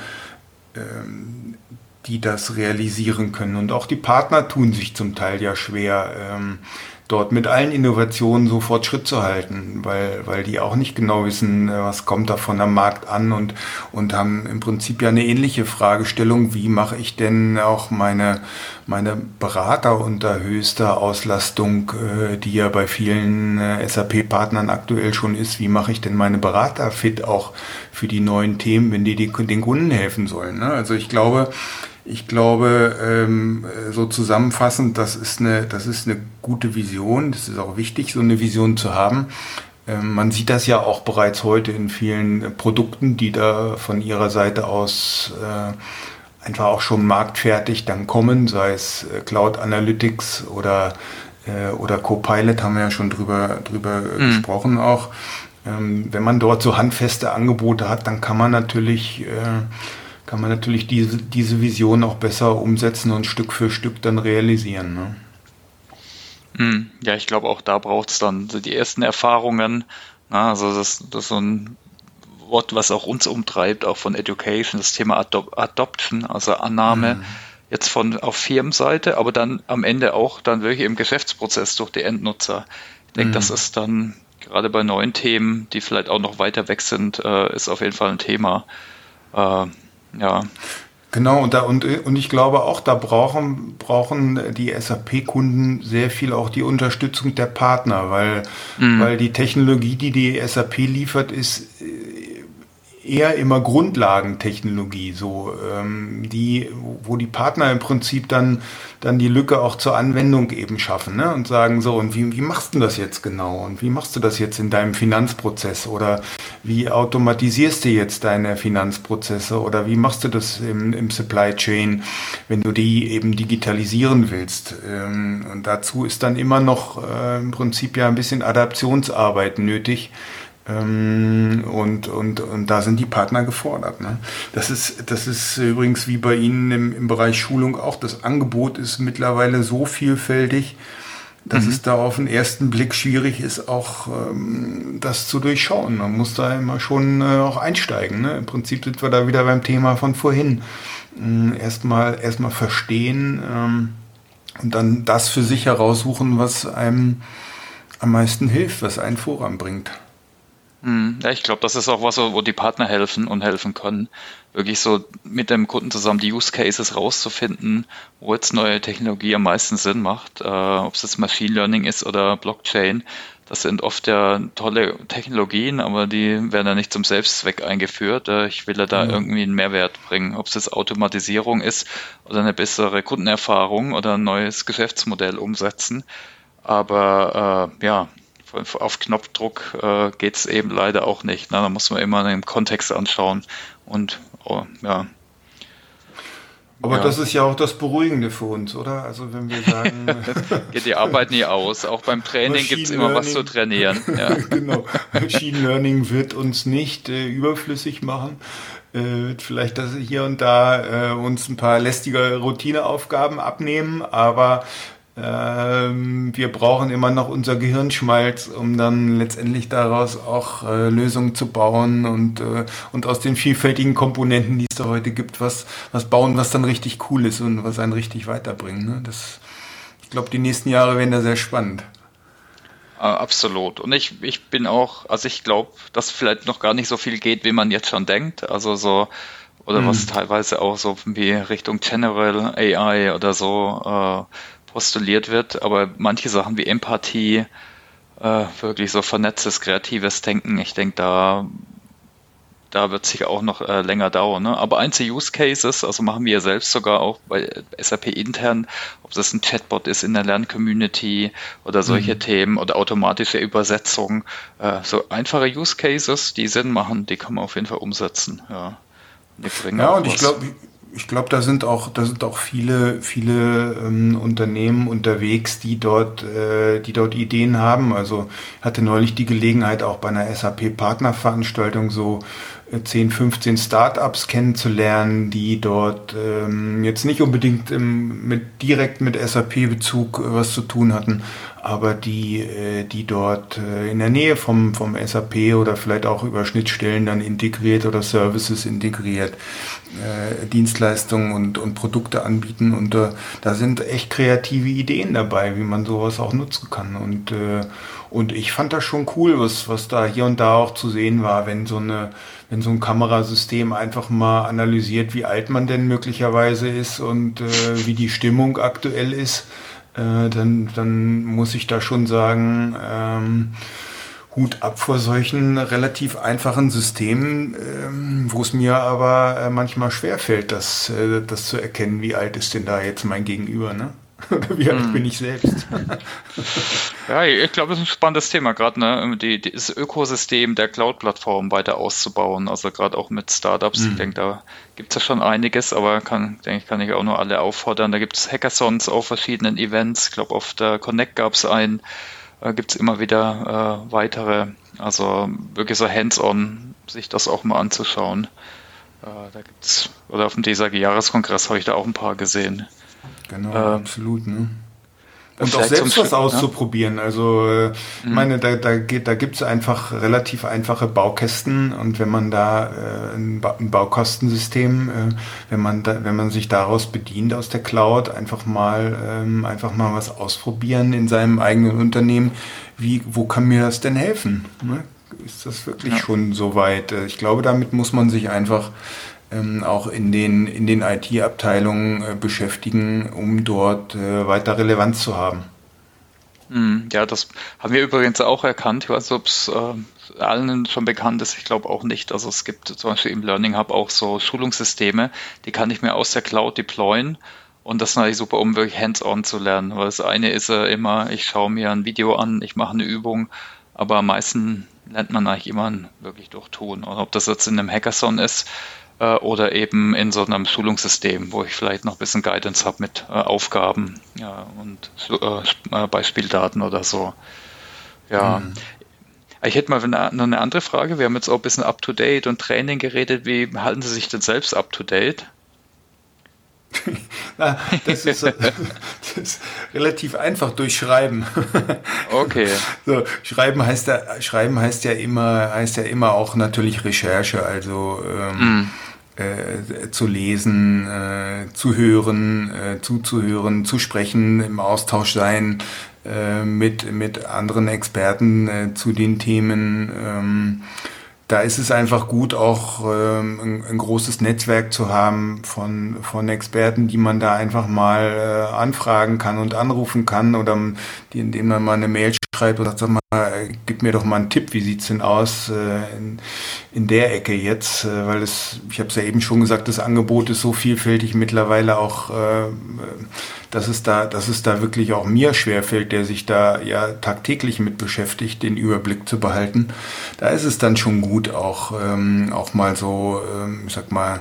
Speaker 2: ähm, die das realisieren können. Und auch die Partner tun sich zum Teil ja schwer, ähm, dort mit allen Innovationen sofort Schritt zu halten, weil, weil die auch nicht genau wissen, was kommt da von am Markt an und, und haben im Prinzip ja eine ähnliche Fragestellung, wie mache ich denn auch meine, meine Berater unter höchster Auslastung, äh, die ja bei vielen äh, S A P-Partnern aktuell schon ist, wie mache ich denn meine Berater fit auch für die neuen Themen, wenn die, die den Kunden helfen sollen, ne? Also ich glaube, Ich glaube, ähm, so zusammenfassend, das ist eine, das ist eine gute Vision. Das ist auch wichtig, so eine Vision zu haben. Ähm, man sieht das ja auch bereits heute in vielen Produkten, die da von ihrer Seite aus äh, einfach auch schon marktfertig dann kommen, sei es äh, Cloud Analytics oder, äh, oder Copilot, haben wir ja schon drüber, drüber mhm. gesprochen auch. Ähm, wenn man dort so handfeste Angebote hat, dann kann man natürlich... Äh, kann man natürlich diese, diese Vision auch besser umsetzen und Stück für Stück dann realisieren.
Speaker 1: Ne? Ja, ich glaube, auch da braucht es dann so die ersten Erfahrungen. Na, also das, das so ein, Wort, was auch uns umtreibt, auch von Education, das Thema Adop- Adoption, also Annahme
Speaker 2: Mhm.
Speaker 1: jetzt von auf Firmenseite, aber dann am Ende auch dann wirklich im Geschäftsprozess durch die Endnutzer. Ich denke, das
Speaker 2: Mhm.
Speaker 1: ist dann gerade bei neuen Themen, die vielleicht auch noch weiter weg sind, äh, ist auf jeden Fall ein Thema. Äh, ja.
Speaker 2: Genau, und, da, und, und ich glaube auch, da brauchen, brauchen die S A P-Kunden sehr viel auch die Unterstützung der Partner, weil,
Speaker 1: Mhm.
Speaker 2: weil die Technologie, die die S A P liefert, ist eher immer Grundlagentechnologie, so ähm, die, wo die Partner im Prinzip dann dann die Lücke auch zur Anwendung eben schaffen, ne? Und sagen so, und wie, wie machst du das jetzt genau? Und wie machst du das jetzt in deinem Finanzprozess? Oder wie automatisierst du jetzt deine Finanzprozesse? Oder wie machst du das im, im Supply Chain, wenn du die eben digitalisieren willst? Ähm, und dazu ist dann immer noch äh, im Prinzip ja ein bisschen Adaptionsarbeit nötig. Ähm, und, und, und da sind die Partner gefordert. Ne? Das ist, das ist übrigens wie bei Ihnen im, im Bereich Schulung auch. Das Angebot ist mittlerweile so vielfältig, dass
Speaker 1: Mhm.
Speaker 2: es da auf den ersten Blick schwierig ist, auch ähm, das zu durchschauen. Man muss da immer schon äh, auch einsteigen. Ne? Im Prinzip sind wir da wieder beim Thema von vorhin. Ähm, erstmal erstmal verstehen ähm, und dann das für sich heraussuchen, was einem am meisten hilft, was einen voranbringt.
Speaker 1: Hm, Ja, ich glaube, das ist auch was, wo die Partner helfen und helfen können. Wirklich so mit dem Kunden zusammen die Use Cases rauszufinden, wo jetzt neue Technologie am meisten Sinn macht. Äh, ob es jetzt Machine Learning ist oder Blockchain. Das sind oft ja tolle Technologien, aber die werden ja nicht zum Selbstzweck eingeführt. Äh, ich will ja da
Speaker 2: Genau.
Speaker 1: irgendwie einen Mehrwert bringen. Ob es jetzt Automatisierung ist oder eine bessere Kundenerfahrung oder ein neues Geschäftsmodell umsetzen. Aber äh, ja, auf Knopfdruck äh, geht es eben leider auch nicht. Ne? Da muss man immer den Kontext anschauen. Und oh, ja,
Speaker 2: Aber
Speaker 1: ja,
Speaker 2: das ist ja auch das Beruhigende für uns, oder? Also wenn wir sagen,
Speaker 1: geht die Arbeit nie aus. Auch beim Training gibt es
Speaker 2: Machine
Speaker 1: immer was zu
Speaker 2: Learning,
Speaker 1: trainieren. Ja,
Speaker 2: genau, Machine Learning wird uns nicht äh, überflüssig machen. Äh, wird vielleicht das hier und da äh, uns ein paar lästige Routineaufgaben abnehmen, aber ähm, wir brauchen immer noch unser Gehirnschmalz, um dann letztendlich daraus auch äh, Lösungen zu bauen und, äh, und aus den vielfältigen Komponenten, die es da heute gibt, was, was bauen, was dann richtig cool ist und was einen richtig weiterbringt. Ne? Das, ich glaube, die nächsten Jahre werden da sehr spannend.
Speaker 1: äh, absolut. Und ich, ich bin auch, also ich glaube, dass vielleicht noch gar nicht so viel geht, wie man jetzt schon denkt. Also so, oder was
Speaker 2: Hm.
Speaker 1: teilweise auch so wie Richtung General A I oder so äh, postuliert wird. Aber manche Sachen wie Empathie, äh, wirklich so vernetztes, kreatives Denken, ich denke, da Da wird es sicher auch noch äh, länger dauern. Ne? Aber einzelne Use Cases, also machen wir ja selbst sogar auch bei S A P intern, ob das ein Chatbot ist in der Lern-Community oder solche
Speaker 2: Hm.
Speaker 1: Themen oder automatische Übersetzung. Äh, so einfache Use Cases, die Sinn machen, die kann man auf jeden Fall umsetzen. Ja, die bringen
Speaker 2: Ja,
Speaker 1: auch
Speaker 2: und ich
Speaker 1: was.
Speaker 2: glaube, ich glaube, da sind auch, da sind auch viele, viele ähm, Unternehmen unterwegs, die dort, äh, die dort Ideen haben. Also ich hatte neulich die Gelegenheit, auch bei einer S A P-Partnerveranstaltung so äh, zehn, fünfzehn Startups kennenzulernen, die dort ähm, jetzt nicht unbedingt ähm, mit, direkt mit S A P-Bezug äh, was zu tun hatten, aber die, äh, die dort äh, in der Nähe vom, vom S A P oder vielleicht auch über Schnittstellen dann integriert oder Services integriert, äh, Dienstleistungen und, und Produkte anbieten. Und äh, da sind echt kreative Ideen dabei, wie man sowas auch nutzen kann. Und, äh, und ich fand das schon cool, was, was da hier und da auch zu sehen war, wenn so eine, wenn so ein Kamerasystem einfach mal analysiert, wie alt man denn möglicherweise ist und äh, wie die Stimmung aktuell ist, äh, dann, dann muss ich da schon sagen, ähm, Hut ab vor solchen relativ einfachen Systemen, ähm, wo es mir aber äh, manchmal schwerfällt, das, äh, das zu erkennen, wie alt ist denn da jetzt mein Gegenüber, ne? Oder wie alt bin
Speaker 1: Hm.
Speaker 2: ich selbst?
Speaker 1: Ja, ich glaube, das ist ein spannendes Thema, gerade ne, die, die- das Ökosystem der Cloud-Plattform weiter auszubauen. Also gerade auch mit Startups. Ich
Speaker 2: Hm.
Speaker 1: denke, da gibt es ja schon einiges, aber kann, denke ich, kann ich auch nur alle auffordern. Da gibt es Hackathons auf verschiedenen Events. Ich glaube, auf der Connect gab es einen. Äh, gibt es immer wieder äh, weitere. Also wirklich so hands-on, sich das auch mal anzuschauen. Äh, da gibt's, oder auf dem D S A G-Jahreskongress habe ich da auch ein paar gesehen.
Speaker 2: Genau,
Speaker 1: Ähm,
Speaker 2: absolut, ne? Und auch
Speaker 1: Vielleicht zum
Speaker 2: selbst was
Speaker 1: Schluss, ne?
Speaker 2: auszuprobieren. Also äh, ich
Speaker 1: Mhm.
Speaker 2: meine, da, da, geht, da gibt's einfach relativ einfache Baukästen und wenn man da äh, ein, ba ein Baukastensystem, äh, wenn man da, wenn man sich daraus bedient aus der Cloud, einfach mal ähm, einfach mal was ausprobieren in seinem eigenen Unternehmen. Wie, wo kann mir das denn helfen? Ne? Ist das wirklich
Speaker 1: Ja.
Speaker 2: schon so weit? Äh, Ich glaube, damit muss man sich einfach ähm, auch in den, in den I T-Abteilungen äh, beschäftigen, um dort äh, weiter Relevanz zu haben.
Speaker 1: Mhm. Ja, das haben wir übrigens auch erkannt. Ich weiß nicht, ob es äh, allen schon bekannt ist. Ich glaube auch nicht. Also es gibt zum Beispiel im Learning Hub auch so Schulungssysteme, die kann ich mir aus der Cloud deployen. Und das ist natürlich super, um wirklich hands-on zu lernen. Weil das eine ist ja immer, ich schaue mir ein Video an, ich mache eine Übung, aber am meisten lernt man eigentlich immer wirklich durch Tun. Und ob das jetzt in einem Hackathon ist äh, oder eben in so einem Schulungssystem, wo ich vielleicht noch ein bisschen Guidance habe mit äh, Aufgaben, ja, und so, äh, Sp- äh, Beispieldaten oder so. Ja,
Speaker 2: Hm.
Speaker 1: ich hätte mal eine, noch eine andere Frage. Wir haben jetzt auch ein bisschen Up-to-Date und Training geredet. Wie halten Sie sich denn selbst Up-to-Date?
Speaker 2: Na, das ist, äh, das ist relativ einfach durch Schreiben.
Speaker 1: Okay.
Speaker 2: So, Schreiben heißt ja, Schreiben heißt ja immer, heißt ja immer auch natürlich Recherche, also ähm,
Speaker 1: Mm,
Speaker 2: äh, zu lesen, äh, zu hören, äh, zuzuhören, zu sprechen, im Austausch sein äh, mit, mit anderen Experten äh, zu den Themen. Ähm, da ist es einfach gut, auch ähm, ein, ein großes Netzwerk zu haben von, von Experten, die man da einfach mal äh, anfragen kann und anrufen kann oder die, indem man mal eine Mail schreibt und sagt, sag mal, äh, gib mir doch mal einen Tipp, wie sieht's denn aus äh, in, in der Ecke jetzt, äh, weil es, ich habe es ja eben schon gesagt, das Angebot ist so vielfältig mittlerweile auch, äh, dass es da, dass es da wirklich auch mir schwerfällt, der sich da ja tagtäglich mit beschäftigt, den Überblick zu behalten. Da ist es dann schon gut, auch, ähm, auch mal so, ähm, ich sag mal,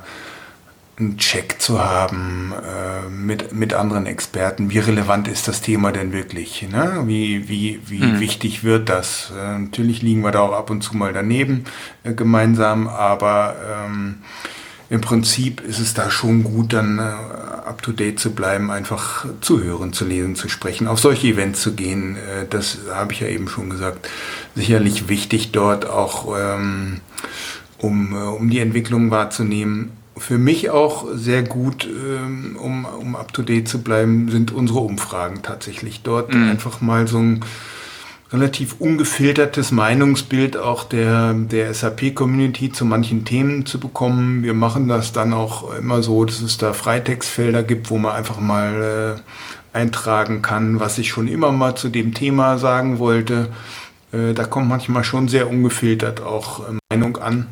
Speaker 2: einen Check zu haben äh, mit, mit anderen Experten. Wie relevant ist das Thema denn wirklich? Ne? Wie, wie, wie
Speaker 1: mm,
Speaker 2: wichtig wird das? Äh, natürlich liegen wir da auch ab und zu mal daneben äh, gemeinsam, aber ähm, im Prinzip ist es da schon gut, dann äh, up-to-date zu bleiben, einfach zu hören, zu lesen, zu sprechen, auf solche Events zu gehen. Äh, das habe ich ja eben schon gesagt. Sicherlich wichtig dort auch, ähm, um, äh, um die Entwicklung wahrzunehmen. Für mich auch sehr gut, ähm, um, um up-to-date zu bleiben, sind unsere Umfragen tatsächlich. Dort
Speaker 1: mm.
Speaker 2: einfach mal so ein relativ ungefiltertes Meinungsbild auch der, der S A P-Community zu manchen Themen zu bekommen. Wir machen das dann auch immer so, dass es da Freitextfelder gibt, wo man einfach mal äh, eintragen kann, was ich schon immer mal zu dem Thema sagen wollte. Äh, da kommt manchmal schon sehr ungefiltert auch äh, Meinung an.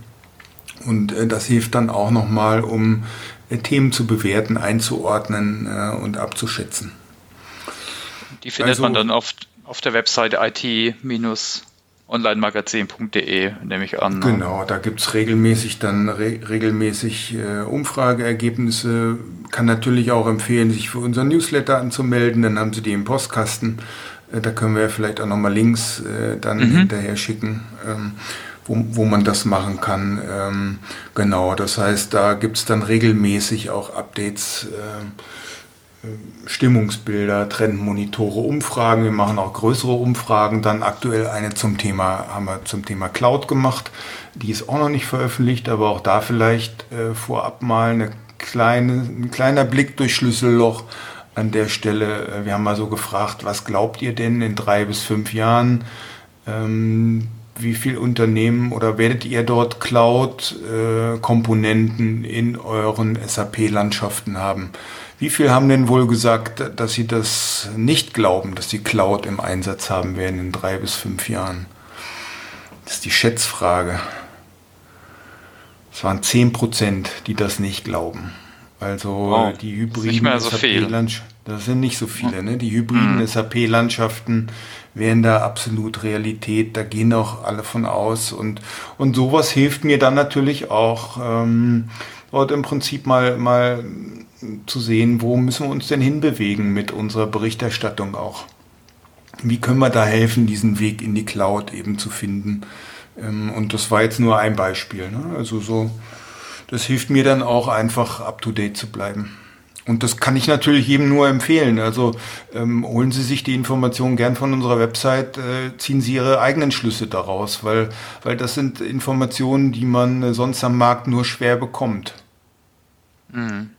Speaker 2: Und äh, das hilft dann auch nochmal, um äh, Themen zu bewerten, einzuordnen äh, und abzuschätzen.
Speaker 1: Die findet man
Speaker 2: Also
Speaker 1: dann auf, auf der Webseite I T Online Magazin Punkt de, nehme ich an. Ne?
Speaker 2: genau, da gibt's regelmäßig dann re regelmäßig äh, Umfrageergebnisse. Kann natürlich auch empfehlen, sich für unseren Newsletter anzumelden, dann haben Sie die im Postkasten. Äh, da können wir vielleicht auch nochmal Links äh, dann
Speaker 1: Mhm.
Speaker 2: hinterher schicken, ähm, wo, wo man das machen kann. Ähm, genau, das heißt, da gibt's dann regelmäßig auch Updates, äh, Stimmungsbilder, Trendmonitore, Umfragen. Wir machen auch größere Umfragen. Dann aktuell eine zum Thema, haben wir zum Thema Cloud gemacht. Die ist auch noch nicht veröffentlicht, aber auch da vielleicht äh, vorab mal eine kleine, ein kleiner Blick durch Schlüsselloch an der Stelle. Wir haben mal so gefragt, was glaubt ihr denn in drei bis fünf Jahren? Ähm, wie viel Unternehmen oder werdet ihr dort Cloud-Komponenten äh, in euren S A P-Landschaften haben? Wie viel haben denn wohl gesagt, dass sie das nicht glauben, dass sie Cloud im Einsatz haben werden in drei bis fünf Jahren? Das ist die Schätzfrage. Es waren zehn Prozent, die das nicht glauben. Also
Speaker 1: Wow,
Speaker 2: die
Speaker 1: ist nicht
Speaker 2: hybriden
Speaker 1: mehr so viel.
Speaker 2: S A P-Landschaften, das sind nicht so viele, ne? Die hybriden
Speaker 1: Mhm.
Speaker 2: S A P-Landschaften wären da absolut Realität, da gehen auch alle von aus. Und, und sowas hilft mir dann natürlich auch, ähm, dort im Prinzip mal, mal zu sehen, wo müssen wir uns denn hinbewegen mit unserer Berichterstattung auch. Wie können wir da helfen, diesen Weg in die Cloud eben zu finden? Ähm, Und das war jetzt nur ein Beispiel, ne? Also so, das hilft mir dann auch einfach up to date zu bleiben. Und das kann ich natürlich jedem nur empfehlen. Also ähm, holen Sie sich die Informationen gern von unserer Website, äh, ziehen Sie Ihre eigenen Schlüsse daraus, weil, weil das sind Informationen, die man äh, sonst am Markt nur schwer bekommt.
Speaker 1: Mhm.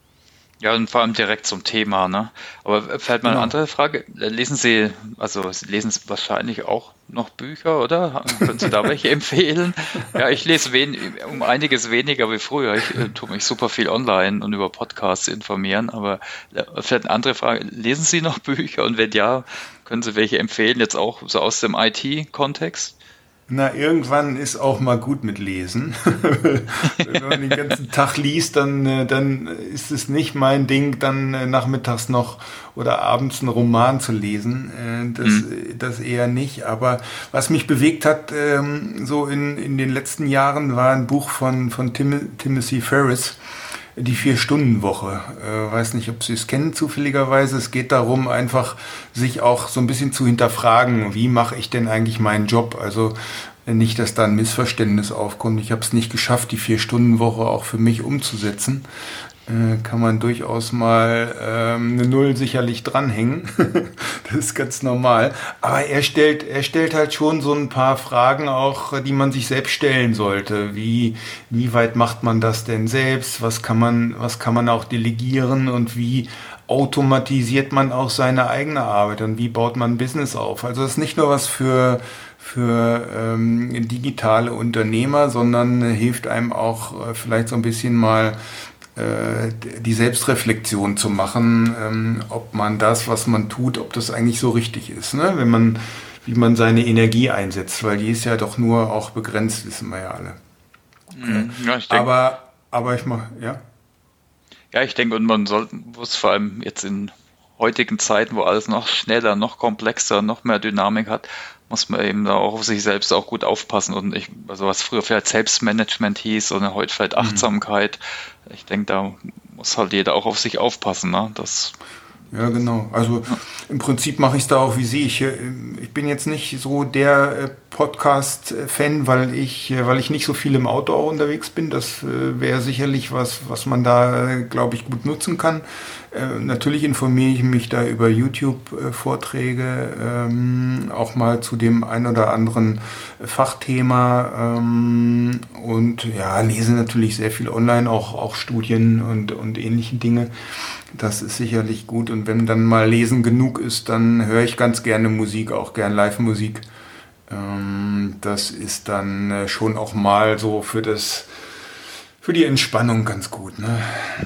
Speaker 1: Ja, und vor allem direkt zum Thema, ne? Aber fällt mal eine
Speaker 2: Genau.
Speaker 1: andere Frage. Lesen Sie, also Sie lesen wahrscheinlich auch noch Bücher, oder? Können Sie da welche empfehlen? Ja, ich lese wen, um einiges weniger wie früher. Ich äh, tue mich super viel online und über Podcasts informieren, aber äh, vielleicht eine andere Frage. Lesen Sie noch Bücher? Und wenn ja, können Sie welche empfehlen, jetzt auch so aus dem I T-Kontext?
Speaker 2: Na, irgendwann ist auch mal gut mit Lesen. Wenn man den ganzen Tag liest, dann, äh, dann ist es nicht mein Ding, dann äh, nachmittags noch oder abends einen Roman zu lesen. Äh, Das,
Speaker 1: Hm.
Speaker 2: äh, das eher nicht. Aber was mich bewegt hat, ähm, so in, in den letzten Jahren, war ein Buch von, von Tim, Timothy Ferriss. Die Vier-Stunden-Woche. Äh, weiß nicht, ob Sie es kennen zufälligerweise. Es geht darum, einfach sich auch so ein bisschen zu hinterfragen, wie mache ich denn eigentlich meinen Job? Also äh, nicht, dass da ein Missverständnis aufkommt. Ich habe es nicht geschafft, die Vier-Stunden-Woche auch für mich umzusetzen. Äh, kann man durchaus mal ähm, eine Null sicherlich dranhängen. Das ist ganz normal. Aber er stellt, er stellt halt schon so ein paar Fragen auch, die man sich selbst stellen sollte. Wie, wie weit macht man das denn selbst? Was kann man, was kann man auch delegieren und wie automatisiert man auch seine eigene Arbeit und wie baut man ein Business auf? Also das ist nicht nur was für für ähm, digitale Unternehmer, sondern äh, hilft einem auch äh, vielleicht so ein bisschen mal äh, die Selbstreflexion zu machen, ähm, ob man das, was man tut, ob das eigentlich so richtig ist, ne? Wenn man, wie man seine Energie einsetzt, weil die ist ja doch nur auch begrenzt, wissen wir ja alle.
Speaker 1: Mhm. Ja, ich denke,
Speaker 2: Aber, aber ich mach, ja.
Speaker 1: ja, ich denke, und man sollte, muss vor allem jetzt in heutigen Zeiten, wo alles noch schneller, noch komplexer, noch mehr Dynamik hat, muss man eben da auch auf sich selbst auch gut aufpassen. Und ich, also was früher vielleicht Selbstmanagement hieß oder heute vielleicht Achtsamkeit, ich denke, da muss halt jeder auch auf sich aufpassen, ne? Das,
Speaker 2: Ja, genau. Also im Prinzip mache ich es da auch wie Sie. Ich, äh, ich bin jetzt nicht so der äh, Podcast-Fan, weil ich, äh, weil ich nicht so viel im Auto auch unterwegs bin. Das äh, wäre sicherlich was, was man da, äh, glaube ich, gut nutzen kann. Äh, natürlich informiere ich mich da über YouTube-Vorträge, ähm, auch mal zu dem ein oder anderen Fachthema, ähm, und ja, lese natürlich sehr viel online, auch, auch Studien und, und ähnliche Dinge. Das ist sicherlich gut. Und wenn dann mal Lesen genug ist, dann höre ich ganz gerne Musik, auch gern Live-Musik. Ähm, das ist dann äh, schon auch mal so für das, für die Entspannung ganz gut, ne?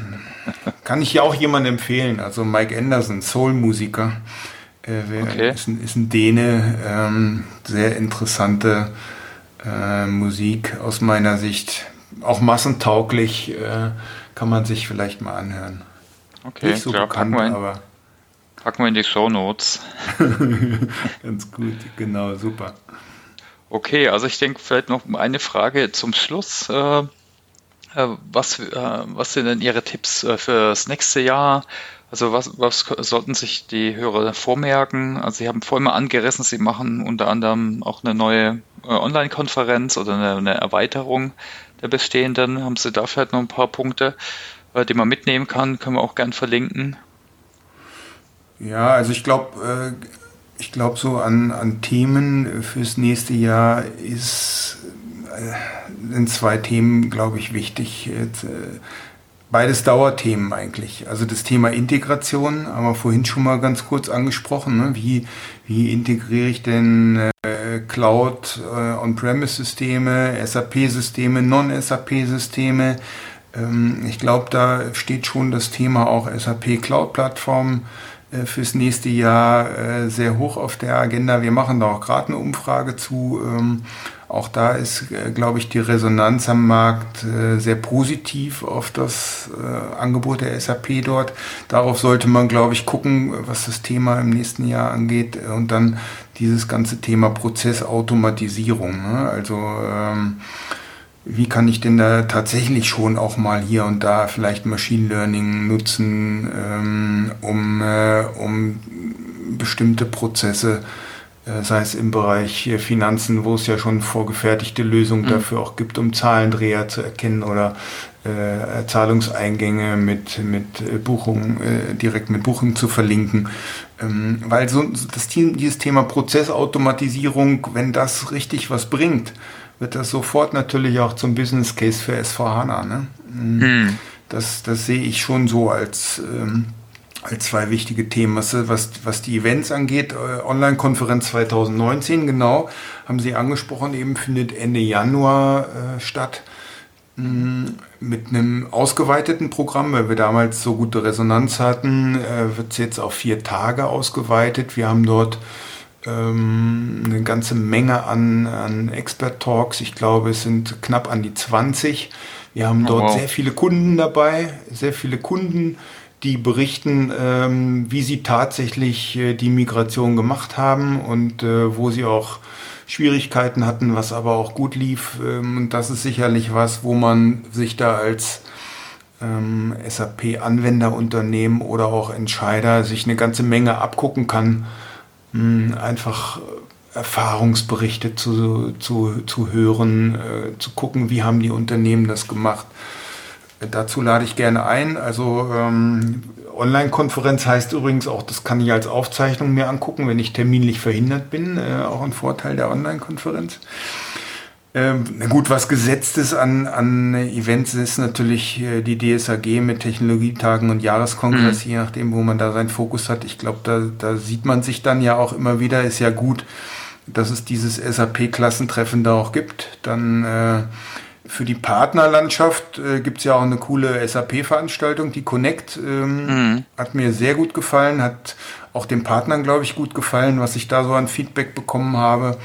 Speaker 2: Kann ich ja auch jemandem empfehlen. Also Mike Anderson, Soul-Musiker, äh, wer,
Speaker 1: okay.
Speaker 2: ist, ein, ist ein Däne, ähm, sehr interessante äh, Musik aus meiner Sicht. Auch massentauglich, äh, kann man sich vielleicht mal anhören.
Speaker 1: Okay,
Speaker 2: Nicht so
Speaker 1: klar, packen wir
Speaker 2: bekannt,
Speaker 1: in,
Speaker 2: aber
Speaker 1: packen wir in die Shownotes.
Speaker 2: ganz gut, genau, super.
Speaker 1: Okay, also ich denke vielleicht noch eine Frage zum Schluss. Äh, äh, was, äh, was sind denn Ihre Tipps äh, für das nächste Jahr? Also was, was sollten sich die Hörer vormerken? Also Sie haben vorhin mal angerissen, Sie machen unter anderem auch eine neue äh, Online-Konferenz oder eine, eine Erweiterung der bestehenden. Haben Sie da vielleicht noch ein paar Punkte, äh, die man mitnehmen kann? Können wir auch gern verlinken.
Speaker 2: Ja, also ich glaube, äh, ich glaube so an, an Themen fürs nächste Jahr ist, äh, sind zwei Themen, glaube ich, wichtig. Jetzt, äh, beides Dauerthemen eigentlich. Also das Thema Integration haben wir vorhin schon mal ganz kurz angesprochen. Ne? Wie, wie integriere ich denn äh, Cloud, äh, On-Premise-Systeme, S A P-Systeme, Non-S A P-Systeme? Ähm, ich glaube, da steht schon das Thema auch S A P Cloud-Plattform äh, fürs nächste Jahr äh, sehr hoch auf der Agenda. Wir machen da auch gerade eine Umfrage zu. Ähm, auch da ist, äh, glaube ich, die Resonanz am Markt äh, sehr positiv auf das äh, Angebot der S A P dort. Darauf sollte man, glaube ich, gucken, was das Thema im nächsten Jahr angeht. Und dann dieses ganze Thema Prozessautomatisierung. Ne? Also ähm, wie kann ich denn da tatsächlich schon auch mal hier und da vielleicht Machine Learning nutzen, ähm, um, äh, um bestimmte Prozesse, äh, sei es im Bereich äh, Finanzen, wo es ja schon vorgefertigte Lösungen
Speaker 1: Mhm.
Speaker 2: dafür auch gibt, um Zahlendreher zu erkennen oder äh, Zahlungseingänge mit, mit äh, Buchungen, äh, direkt mit Buchungen zu verlinken. Ähm, weil so das, dieses Thema Prozessautomatisierung, wenn das richtig was bringt, wird das sofort natürlich auch zum Business Case für S V HANA. Ne? Hm. Das, das sehe ich schon so als, ähm, als zwei wichtige Themen. Was, was, was die Events angeht, äh, Online-Konferenz zwanzig neunzehn, genau, haben Sie angesprochen, eben findet Ende Januar äh, statt. Mit einem ausgeweiteten Programm, weil wir damals so gute Resonanz hatten, äh, wird es jetzt auf vier Tage ausgeweitet. Wir haben dort ähm, eine ganze Menge an, an Expert-Talks. Ich glaube, es sind knapp an die zwanzig. Wir haben dort oh, wow. sehr viele Kunden dabei, sehr viele Kunden, die berichten, ähm, wie sie tatsächlich äh, die Migration gemacht haben und äh, wo sie auch Schwierigkeiten hatten, was aber auch gut lief. Und das ist sicherlich was, wo man sich da als ähm, S A P-Anwenderunternehmen oder auch Entscheider sich eine ganze Menge abgucken kann. Mh, einfach Erfahrungsberichte zu, zu, zu hören, äh, zu gucken, wie haben die Unternehmen das gemacht. Dazu lade ich gerne ein. Also ähm, Online-Konferenz heißt übrigens auch, das kann ich als Aufzeichnung mir angucken, wenn ich terminlich verhindert bin. Äh, auch ein Vorteil der Online-Konferenz. Ähm, na gut, was gesetzt ist an, an Events ist natürlich äh, die D S A G mit Technologietagen und Jahreskongress, mhm. je nachdem, wo man da seinen Fokus hat. Ich glaube, da, da sieht man sich dann ja auch immer wieder. Ist ja gut, dass es dieses S A P-Klassentreffen da auch gibt. Dann äh, für die Partnerlandschaft äh, gibt es ja auch eine coole S A P-Veranstaltung, die Connect. Ähm, mhm. Hat mir sehr gut gefallen, hat auch den Partnern, glaube ich, gut gefallen, was ich da so an Feedback bekommen habe.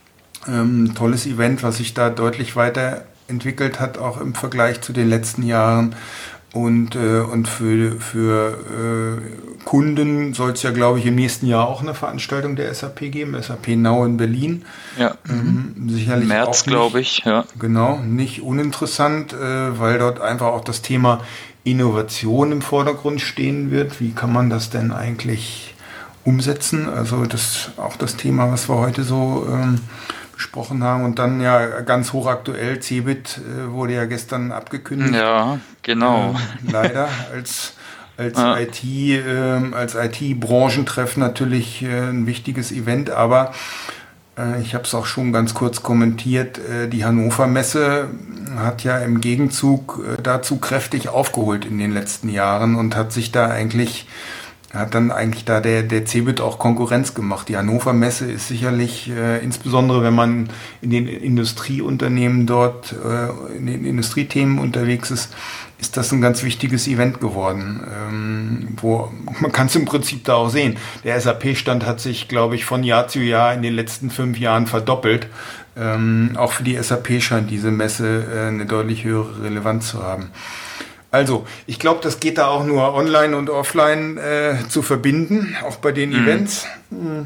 Speaker 2: Ähm, tolles Event, was sich da deutlich weiterentwickelt hat, auch im Vergleich zu den letzten Jahren. Und, äh, und für, für äh, Kunden soll es ja, glaube ich, im nächsten Jahr auch eine Veranstaltung der S A P geben, S A P Now in Berlin.
Speaker 1: Ja,
Speaker 2: ähm, sicherlich
Speaker 1: März, glaube ich. Ja.
Speaker 2: Genau, nicht uninteressant, äh, weil dort einfach auch das Thema Innovation im Vordergrund stehen wird. Wie kann man das denn eigentlich umsetzen? Also das auch das Thema, was wir heute so ähm, besprochen haben. Und dann ja ganz hochaktuell, Cebit äh, wurde ja gestern abgekündigt.
Speaker 1: Ja, genau.
Speaker 2: Äh, leider als, als ja. I T, äh, als I T-Branchentreff natürlich äh, ein wichtiges Event, aber äh, ich habe es auch schon ganz kurz kommentiert, äh, die Hannover Messe hat ja im Gegenzug äh, dazu kräftig aufgeholt in den letzten Jahren und hat sich da eigentlich hat dann eigentlich da der, der Cebit auch Konkurrenz gemacht. Die Hannover Messe ist sicherlich, äh, insbesondere wenn man in den Industrieunternehmen dort, äh, in den Industriethemen unterwegs ist, ist das ein ganz wichtiges Event geworden. Ähm, wo man kann es im Prinzip da auch sehen. Der S A P-Stand hat sich, glaube ich, von Jahr zu Jahr in den letzten fünf Jahren verdoppelt. Ähm, auch für die S A P scheint diese Messe äh, eine deutlich höhere Relevanz zu haben. Also, ich glaube, das geht da auch nur online und offline äh, zu verbinden, auch bei den mhm. Events. Mhm.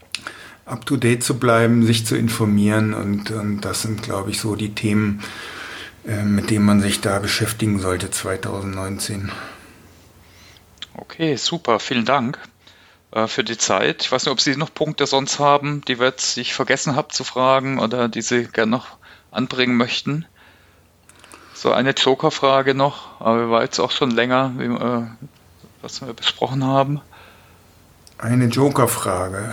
Speaker 2: Up to date zu bleiben, sich zu informieren und, und das sind, glaube ich, so die Themen, äh, mit denen man sich da beschäftigen sollte zwanzig neunzehn.
Speaker 1: Okay, super, vielen Dank äh, für die Zeit. Ich weiß nicht, ob Sie noch Punkte sonst haben, die wir jetzt ich vergessen habe zu fragen oder die Sie gerne noch anbringen möchten. So eine Joker-Frage noch, aber war jetzt auch schon länger, wie, äh, was wir besprochen haben.
Speaker 2: Eine Joker-Frage.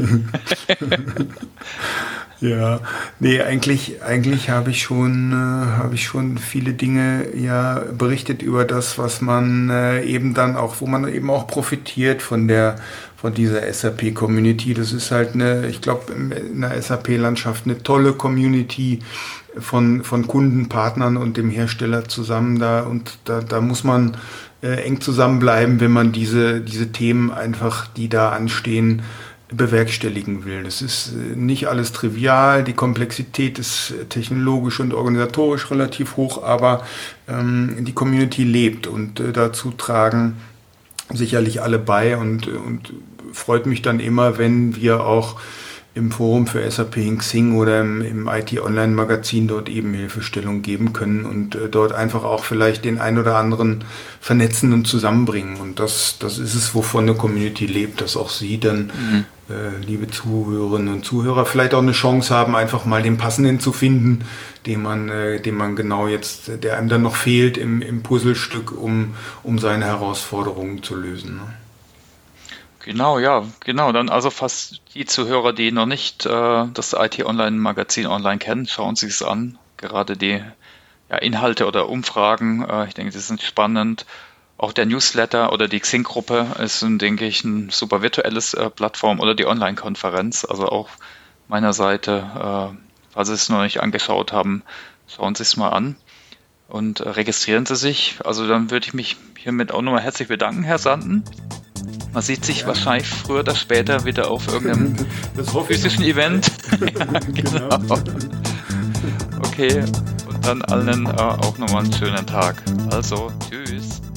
Speaker 2: Ja, nee, eigentlich, eigentlich habe ich schon, äh, habe ich schon viele Dinge ja berichtet über das, was man äh, eben dann auch, wo man eben auch profitiert von der, von dieser S A P-Community. Das ist halt eine, ich glaube, in der S A P-Landschaft eine tolle Community von, von Kunden, Partnern und dem Hersteller zusammen da und da, da muss man äh, eng zusammenbleiben, wenn man diese, diese Themen einfach, die da anstehen, bewerkstelligen will. Das ist nicht alles trivial, die Komplexität ist technologisch und organisatorisch relativ hoch, aber ähm, die Community lebt und äh, dazu tragen sicherlich alle bei und, und freut mich dann immer, wenn wir auch im Forum für S A P in Xing oder im, im I T-Online-Magazin dort eben Hilfestellung geben können und äh, dort einfach auch vielleicht den ein oder anderen vernetzen und zusammenbringen. Und das, das ist es, wovon eine Community lebt, dass auch Sie dann, mhm. äh, liebe Zuhörerinnen und Zuhörer, vielleicht auch eine Chance haben, einfach mal den passenden zu finden, den man, äh, den man genau jetzt, der einem dann noch fehlt im, im Puzzlestück, um, um seine Herausforderungen zu lösen. Ne?
Speaker 1: Genau, ja, genau. Dann also fast die Zuhörer, die noch nicht äh, das I T-Online-Magazin online kennen, schauen Sie es an. Gerade die ja, Inhalte oder Umfragen, äh, ich denke, die sind spannend. Auch der Newsletter oder die Xing-Gruppe ist, denke ich, ein super virtuelles äh, Plattform oder die Online-Konferenz. Also auch meiner Seite, äh, falls Sie es noch nicht angeschaut haben, schauen Sie es mal an und äh, registrieren Sie sich. Also dann würde ich mich hiermit auch nochmal herzlich bedanken, Herr Sanden. Man sieht sich ja wahrscheinlich früher oder später wieder auf irgendeinem physischen Event. Ja, genau. Okay, und dann allen äh, auch nochmal einen schönen Tag. Also, tschüss.